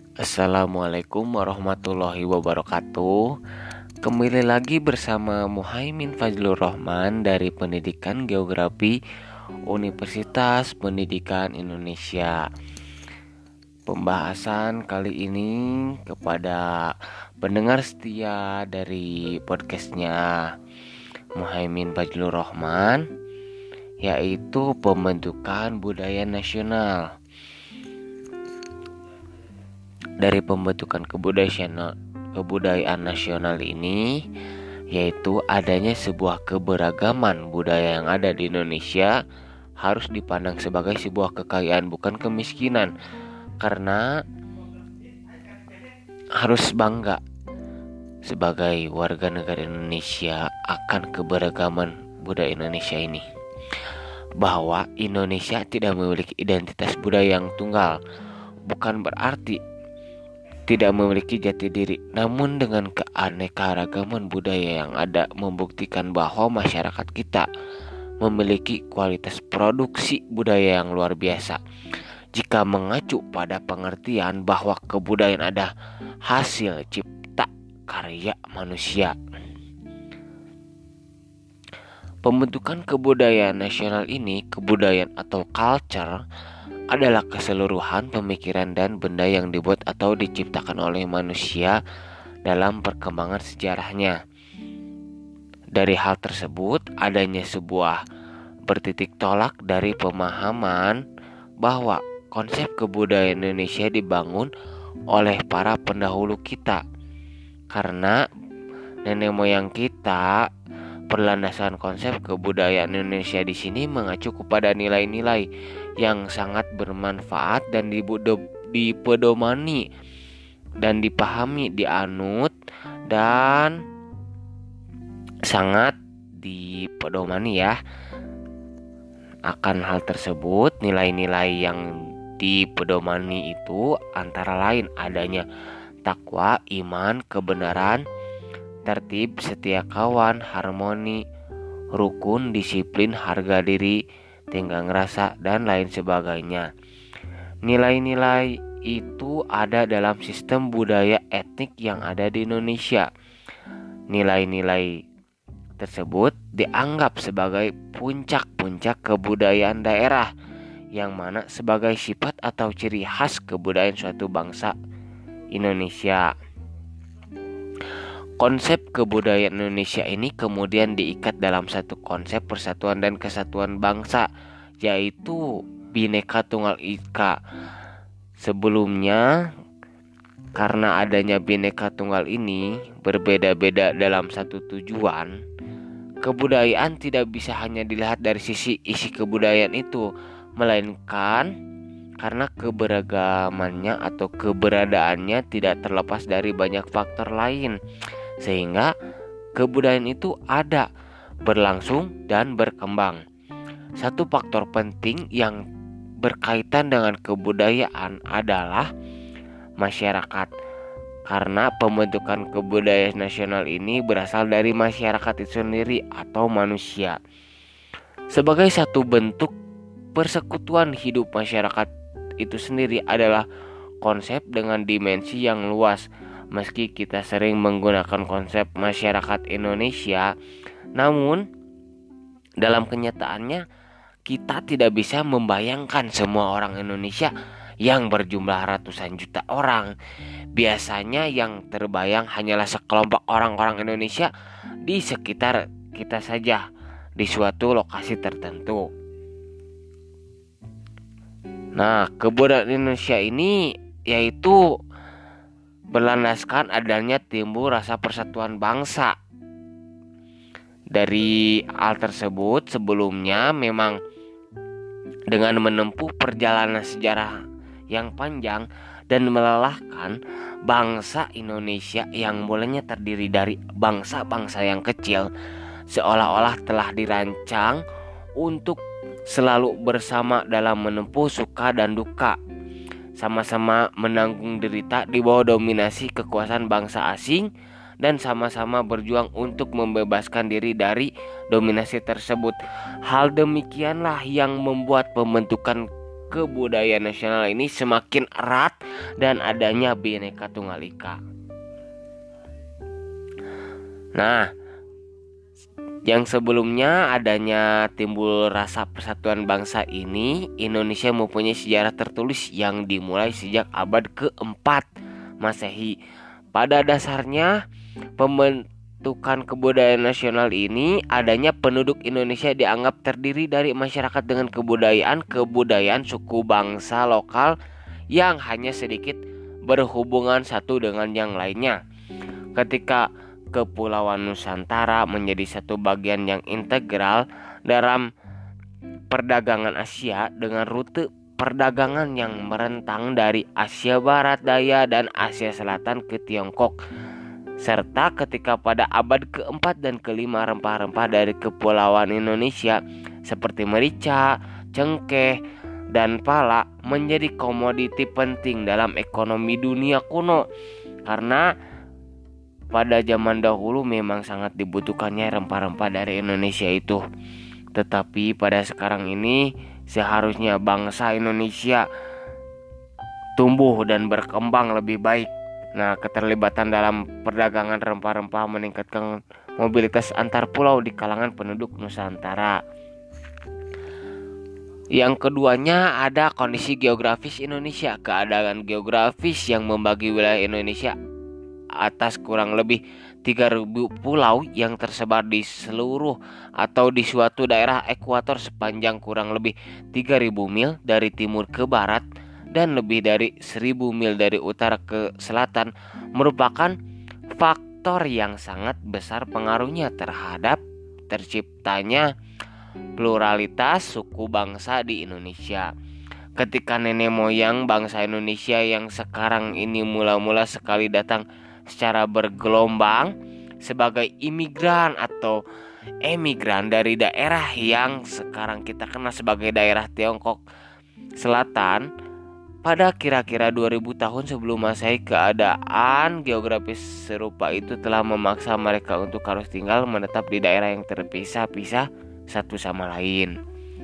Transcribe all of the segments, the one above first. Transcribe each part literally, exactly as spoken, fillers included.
Assalamualaikum warahmatullahi wabarakatuh. Kembali lagi bersama Muhaimin Fazlur Rahman dari Pendidikan Geografi Universitas Pendidikan Indonesia. Pembahasan kali ini kepada pendengar setia dari podcastnya Muhaimin Fazlur Rahman, yaitu pembentukan budaya nasional. Dari pembentukan kebudayaan kebudayaan nasional ini, yaitu adanya sebuah keberagaman budaya yang ada di Indonesia, harus dipandang sebagai sebuah kekayaan, bukan kemiskinan, karena harus bangga sebagai warga negara Indonesia akan keberagaman budaya Indonesia ini, bahwa Indonesia tidak memiliki identitas budaya yang tunggal. Bukan berarti tidak memiliki jati diri, namun dengan keanekaragaman budaya yang ada membuktikan bahwa masyarakat kita memiliki kualitas produksi budaya yang luar biasa. Jika mengacu pada pengertian bahwa kebudayaan ada hasil cipta karya manusia. Pembentukan kebudayaan nasional ini, kebudayaan atau culture, adalah keseluruhan pemikiran dan benda yang dibuat atau diciptakan oleh manusia dalam perkembangan sejarahnya. Dari hal tersebut, adanya sebuah bertitik tolak dari pemahaman bahwa konsep kebudayaan Indonesia dibangun oleh para pendahulu kita, karena nenek moyang kita berlandaskan konsep kebudayaan Indonesia di sini mengacu kepada nilai-nilai yang sangat bermanfaat dan dipedomani dan dipahami, dianut dan sangat dipedomani ya. Akan hal tersebut, nilai-nilai yang dipedomani itu antara lain adanya takwa, iman, kebenaran, tertib, setia kawan, harmoni, rukun, disiplin, harga diri, tenggang rasa, dan lain sebagainya. Nilai-nilai itu ada dalam sistem budaya etnik yang ada di Indonesia. Nilai-nilai tersebut dianggap sebagai puncak-puncak kebudayaan daerah, yang mana sebagai sifat atau ciri khas kebudayaan suatu bangsa Indonesia. Konsep kebudayaan Indonesia ini kemudian diikat dalam satu konsep persatuan dan kesatuan bangsa, yaitu Bhinneka Tunggal Ika. Sebelumnya, karena adanya Bhinneka Tunggal ini berbeda-beda dalam satu tujuan, kebudayaan tidak bisa hanya dilihat dari sisi isi kebudayaan itu, melainkan karena keberagamannya atau keberadaannya tidak terlepas dari banyak faktor lain, sehingga kebudayaan itu ada, berlangsung, dan berkembang. Satu faktor penting yang berkaitan dengan kebudayaan adalah masyarakat, karena pembentukan kebudayaan nasional ini berasal dari masyarakat itu sendiri atau manusia. Sebagai satu bentuk persekutuan hidup masyarakat itu sendiri adalah konsep dengan dimensi yang luas. Meski kita sering menggunakan konsep masyarakat Indonesia, namun dalam kenyataannya kita tidak bisa membayangkan semua orang Indonesia yang berjumlah ratusan juta orang. Biasanya yang terbayang hanyalah sekelompok orang-orang Indonesia di sekitar kita saja, di suatu lokasi tertentu. Nah, kebudayaan Indonesia ini yaitu berlandaskan adanya timbul rasa persatuan bangsa. Dari hal tersebut, sebelumnya memang dengan menempuh perjalanan sejarah yang panjang dan melelahkan, bangsa Indonesia yang mulanya terdiri dari bangsa-bangsa yang kecil seolah-olah telah dirancang untuk selalu bersama dalam menempuh suka dan duka, sama-sama menanggung derita di bawah dominasi kekuasaan bangsa asing, dan sama-sama berjuang untuk membebaskan diri dari dominasi tersebut. Hal demikianlah yang membuat pembentukan kebudayaan nasional ini semakin erat dan adanya Bhinneka Tunggal Ika. Nah, yang sebelumnya adanya timbul rasa persatuan bangsa ini, Indonesia mempunyai sejarah tertulis yang dimulai sejak abad keempat Masehi. Pada dasarnya, pembentukan kebudayaan nasional ini, adanya penduduk Indonesia dianggap terdiri dari masyarakat dengan kebudayaan, kebudayaan suku bangsa lokal yang hanya sedikit berhubungan satu dengan yang lainnya. Ketika Kepulauan Nusantara menjadi satu bagian yang integral dalam perdagangan Asia dengan rute perdagangan yang merentang dari Asia Barat Daya dan Asia Selatan ke Tiongkok. Serta ketika pada abad keempat dan kelima rempah-rempah dari Kepulauan Indonesia seperti merica, cengkeh, dan pala menjadi komoditi penting dalam ekonomi dunia kuno. Karena pada zaman dahulu memang sangat dibutuhkannya rempah-rempah dari Indonesia itu. Tetapi pada sekarang ini seharusnya bangsa Indonesia tumbuh dan berkembang lebih baik. Nah, keterlibatan dalam perdagangan rempah-rempah meningkatkan mobilitas antar pulau di kalangan penduduk Nusantara. Yang keduanya ada kondisi geografis Indonesia. Keadaan geografis yang membagi wilayah Indonesia atas kurang lebih tiga ribu pulau yang tersebar di seluruh atau di suatu daerah ekuator sepanjang kurang lebih tiga ribu mil dari timur ke barat dan lebih dari seribu mil dari utara ke selatan merupakan faktor yang sangat besar pengaruhnya terhadap terciptanya pluralitas suku bangsa di Indonesia. Ketika nenek moyang bangsa Indonesia yang sekarang ini mula-mula sekali datang secara bergelombang sebagai imigran atau emigran dari daerah yang sekarang kita kenal sebagai daerah Tiongkok Selatan, pada kira-kira dua ribu tahun sebelum Masehi, keadaan geografis serupa itu telah memaksa mereka untuk harus tinggal menetap di daerah yang terpisah-pisah satu sama lain.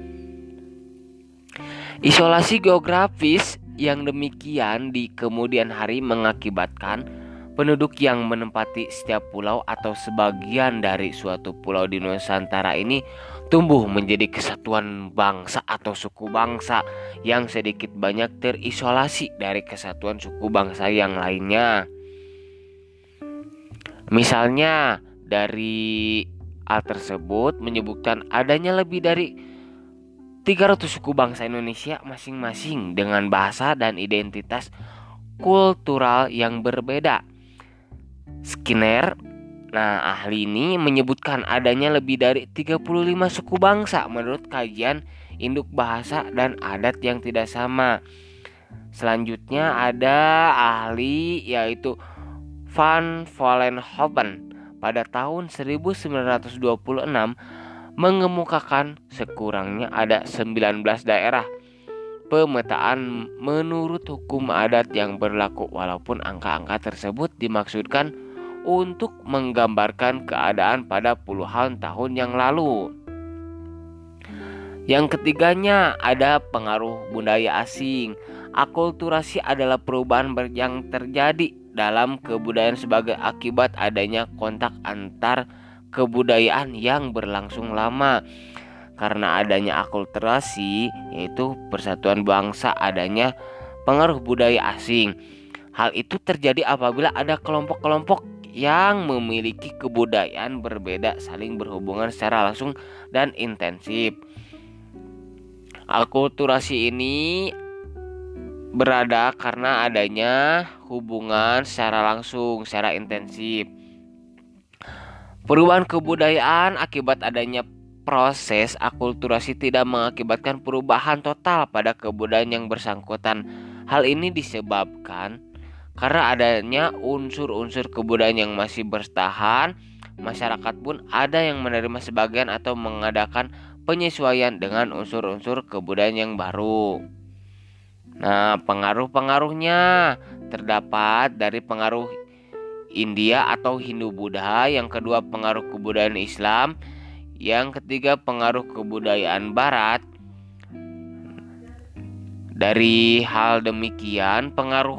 Isolasi geografis yang demikian di kemudian hari mengakibatkan penduduk yang menempati setiap pulau atau sebagian dari suatu pulau di Nusantara ini tumbuh menjadi kesatuan bangsa atau suku bangsa yang sedikit banyak terisolasi dari kesatuan suku bangsa yang lainnya. Misalnya dari hal tersebut menyebutkan adanya lebih dari tiga ratus suku bangsa Indonesia masing-masing dengan bahasa dan identitas kultural yang berbeda. Skinner, nah ahli ini menyebutkan adanya lebih dari tiga puluh lima suku bangsa menurut kajian induk bahasa dan adat yang tidak sama. Selanjutnya ada ahli yaitu Van Vollenhoven pada tahun seribu sembilan ratus dua puluh enam mengemukakan sekurangnya ada sembilan belas daerah pemetaan menurut hukum adat yang berlaku, walaupun angka-angka tersebut dimaksudkan untuk menggambarkan keadaan pada puluhan tahun yang lalu. Yang ketiganya ada pengaruh budaya asing. Akulturasi adalah perubahan yang terjadi dalam kebudayaan sebagai akibat adanya kontak antar kebudayaan yang berlangsung lama. Karena adanya akulturasi, yaitu persatuan bangsa, adanya pengaruh budaya asing. Hal itu terjadi apabila ada kelompok-kelompok yang memiliki kebudayaan berbeda saling berhubungan secara langsung dan intensif. Akulturasi ini berada karena adanya hubungan secara langsung, secara intensif. Perubahan kebudayaan akibat adanya proses akulturasi tidak mengakibatkan perubahan total pada kebudayaan yang bersangkutan. Hal ini disebabkan karena adanya unsur-unsur kebudayaan yang masih bertahan. Masyarakat pun ada yang menerima sebagian atau mengadakan penyesuaian dengan unsur-unsur kebudayaan yang baru. Nah, pengaruh-pengaruhnya terdapat dari pengaruh India atau Hindu-Buddha, yang kedua pengaruh kebudayaan Islam, yang ketiga pengaruh kebudayaan Barat. Dari hal demikian, pengaruh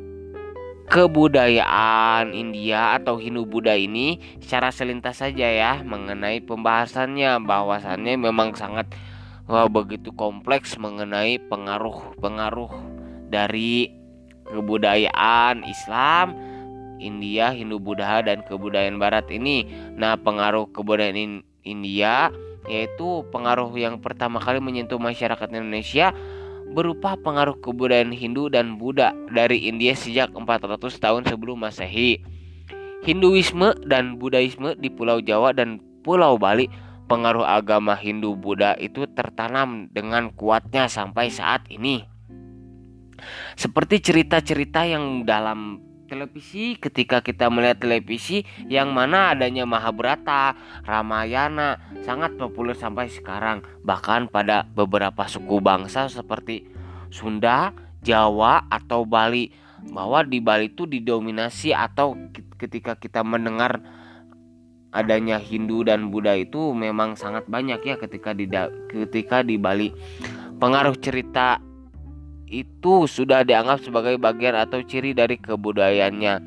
kebudayaan India atau Hindu-Buddha ini secara selintas saja ya mengenai pembahasannya, bahwasannya memang sangat wah, begitu kompleks mengenai pengaruh-pengaruh dari kebudayaan Islam, India, Hindu-Buddha dan kebudayaan Barat ini. Nah, pengaruh kebudayaan in- India yaitu pengaruh yang pertama kali menyentuh masyarakat Indonesia berupa pengaruh kebudayaan Hindu dan Buddha dari India sejak empat ratus tahun sebelum Masehi. Hinduisme dan Buddhaisme di Pulau Jawa dan Pulau Bali, pengaruh agama Hindu-Buddha itu tertanam dengan kuatnya sampai saat ini. Seperti cerita-cerita yang dalam televisi, ketika kita melihat televisi yang mana adanya Mahabharata, Ramayana sangat populer sampai sekarang. Bahkan pada beberapa suku bangsa seperti Sunda, Jawa atau Bali, bahwa di Bali itu didominasi atau ketika kita mendengar adanya Hindu dan Buddha itu memang sangat banyak ya ketika di ketika di Bali. Pengaruh cerita itu sudah dianggap sebagai bagian atau ciri dari kebudayaannya.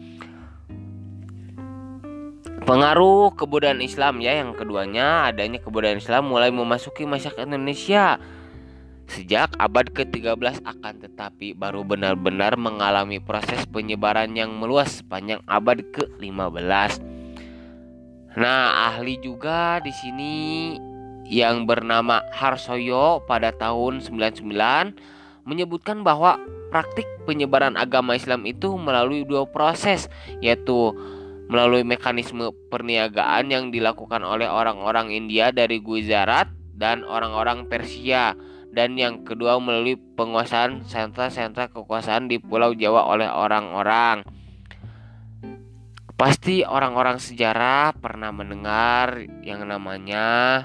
Pengaruh kebudayaan Islam ya, yang keduanya adanya kebudayaan Islam mulai memasuki masyarakat Indonesia sejak abad ke tiga belas, akan tetapi baru benar-benar mengalami proses penyebaran yang meluas sepanjang abad ke lima belas. Nah, ahli juga di sini yang bernama Harsoyo pada tahun sembilan puluh sembilan menyebutkan bahwa praktik penyebaran agama Islam itu melalui dua proses, yaitu melalui mekanisme perniagaan yang dilakukan oleh orang-orang India dari Gujarat dan orang-orang Persia, dan yang kedua melalui penguasaan sentra-sentra kekuasaan di Pulau Jawa oleh orang-orang. Pasti orang-orang sejarah pernah mendengar yang namanya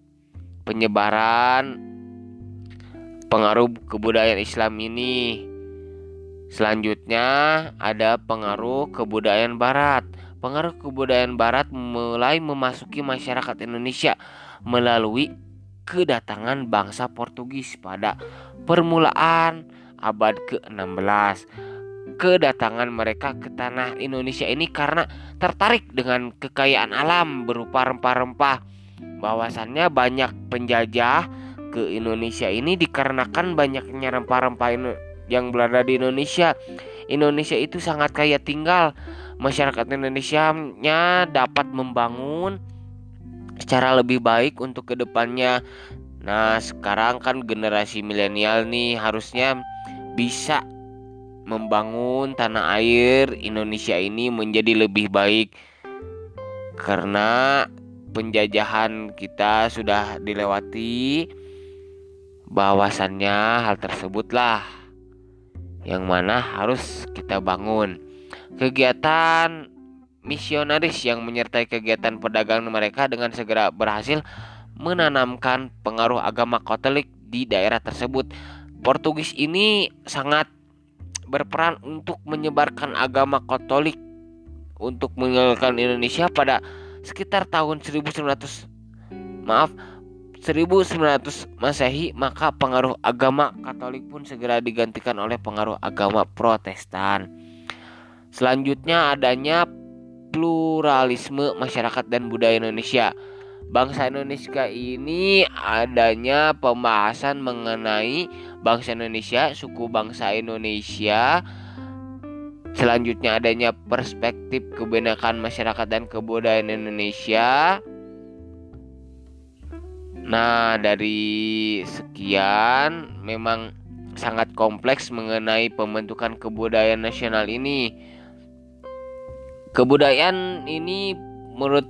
penyebaran pengaruh kebudayaan Islam ini. Selanjutnya ada pengaruh kebudayaan Barat. Pengaruh kebudayaan Barat mulai memasuki masyarakat Indonesia melalui kedatangan bangsa Portugis pada permulaan abad ke enam belas. Kedatangan mereka ke tanah Indonesia ini karena tertarik dengan kekayaan alam berupa rempah-rempah. Bahwasannya banyak penjajah ke Indonesia ini dikarenakan banyaknya rempah-rempah yang berada di Indonesia. Indonesia itu sangat kaya tinggal. Masyarakat Indonesia-nya dapat membangun secara lebih baik untuk kedepannya. Nah, sekarang kan generasi milenial nih harusnya bisa membangun tanah air Indonesia ini menjadi lebih baik, karena penjajahan kita sudah dilewati. Bahwasannya hal tersebutlah yang mana harus kita bangun. Kegiatan misionaris yang menyertai kegiatan perdagangan mereka dengan segera berhasil menanamkan pengaruh agama Katolik di daerah tersebut. Portugis ini sangat berperan untuk menyebarkan agama Katolik untuk meninggalkan Indonesia pada sekitar tahun seribu sembilan ratus maaf seribu sembilan ratus Masehi. Maka pengaruh agama Katolik pun segera digantikan oleh pengaruh agama Protestan. Selanjutnya adanya pluralisme masyarakat dan budaya Indonesia. Bangsa Indonesia ini adanya pembahasan mengenai bangsa Indonesia, suku bangsa Indonesia. Selanjutnya adanya perspektif kebinekaan masyarakat dan kebudayaan Indonesia. Nah, dari sekian memang sangat kompleks mengenai pembentukan kebudayaan nasional ini. Kebudayaan ini menurut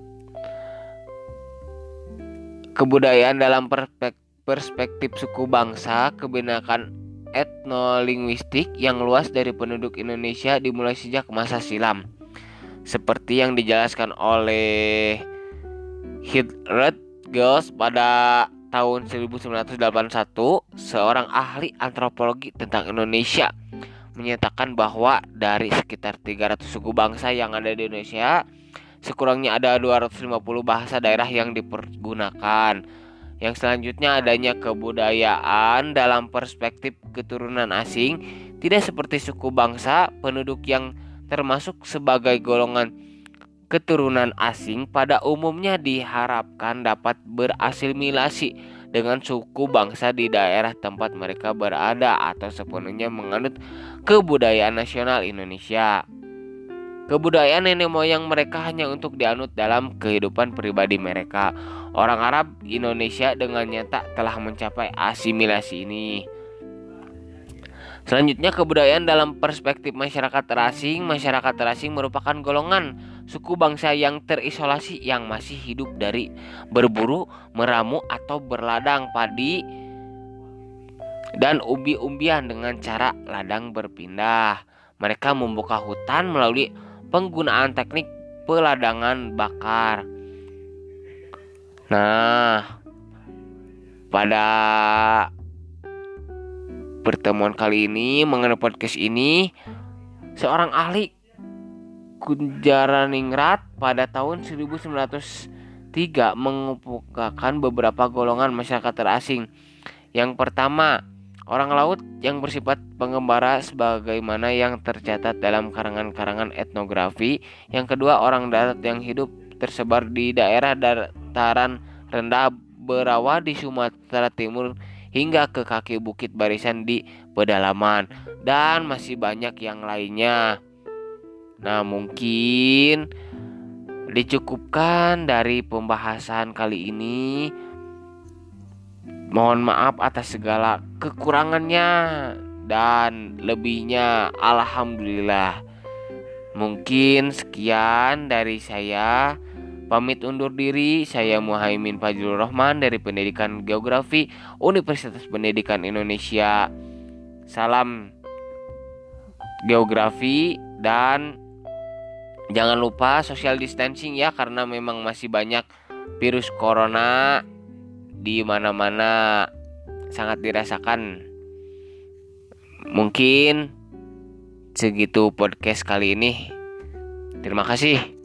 kebudayaan dalam perspektif suku bangsa, kebinekaan etnolinguistik yang luas dari penduduk Indonesia dimulai sejak masa silam. Seperti yang dijelaskan oleh Hildred Giles pada tahun seribu sembilan ratus delapan puluh satu, seorang ahli antropologi tentang Indonesia menyatakan bahwa dari sekitar tiga ratus suku bangsa yang ada di Indonesia, sekurangnya ada dua ratus lima puluh bahasa daerah yang dipergunakan. Yang selanjutnya adanya kebudayaan dalam perspektif keturunan asing, tidak seperti suku bangsa penduduk yang termasuk sebagai golongan keturunan asing pada umumnya diharapkan dapat berasimilasi dengan suku bangsa di daerah tempat mereka berada atau sepenuhnya menganut kebudayaan nasional Indonesia. Kebudayaan nenek moyang mereka hanya untuk dianut dalam kehidupan pribadi mereka. Orang Arab Indonesia dengan nyata telah mencapai asimilasi ini. Selanjutnya, kebudayaan dalam perspektif masyarakat terasing. Masyarakat terasing merupakan golongan suku bangsa yang terisolasi yang masih hidup dari berburu, meramu, atau berladang padi dan umbi-umbian dengan cara ladang berpindah. Mereka membuka hutan melalui penggunaan teknik peladangan bakar. Nah, pada pertemuan kali ini mengenai podcast ini, seorang ahli Kunjaraningrat pada tahun seribu sembilan ratus tiga mengemukakan beberapa golongan masyarakat terasing. Yang pertama, orang laut yang bersifat pengembara sebagaimana yang tercatat dalam karangan-karangan etnografi. Yang kedua, orang darat yang hidup tersebar di daerah dataran rendah berawa di Sumatera Timur hingga ke kaki bukit barisan di pedalaman, dan masih banyak yang lainnya. Nah, mungkin dicukupkan dari pembahasan kali ini. Mohon maaf atas segala kekurangannya, dan lebihnya alhamdulillah. Mungkin sekian dari saya. Pamit undur diri. Saya Muhaimin Fajrul Rahman dari Pendidikan Geografi Universitas Pendidikan Indonesia. Salam geografi, dan jangan lupa social distancing ya, karena memang masih banyak virus corona di mana-mana sangat dirasakan. Mungkin segitu podcast kali ini. Terima kasih.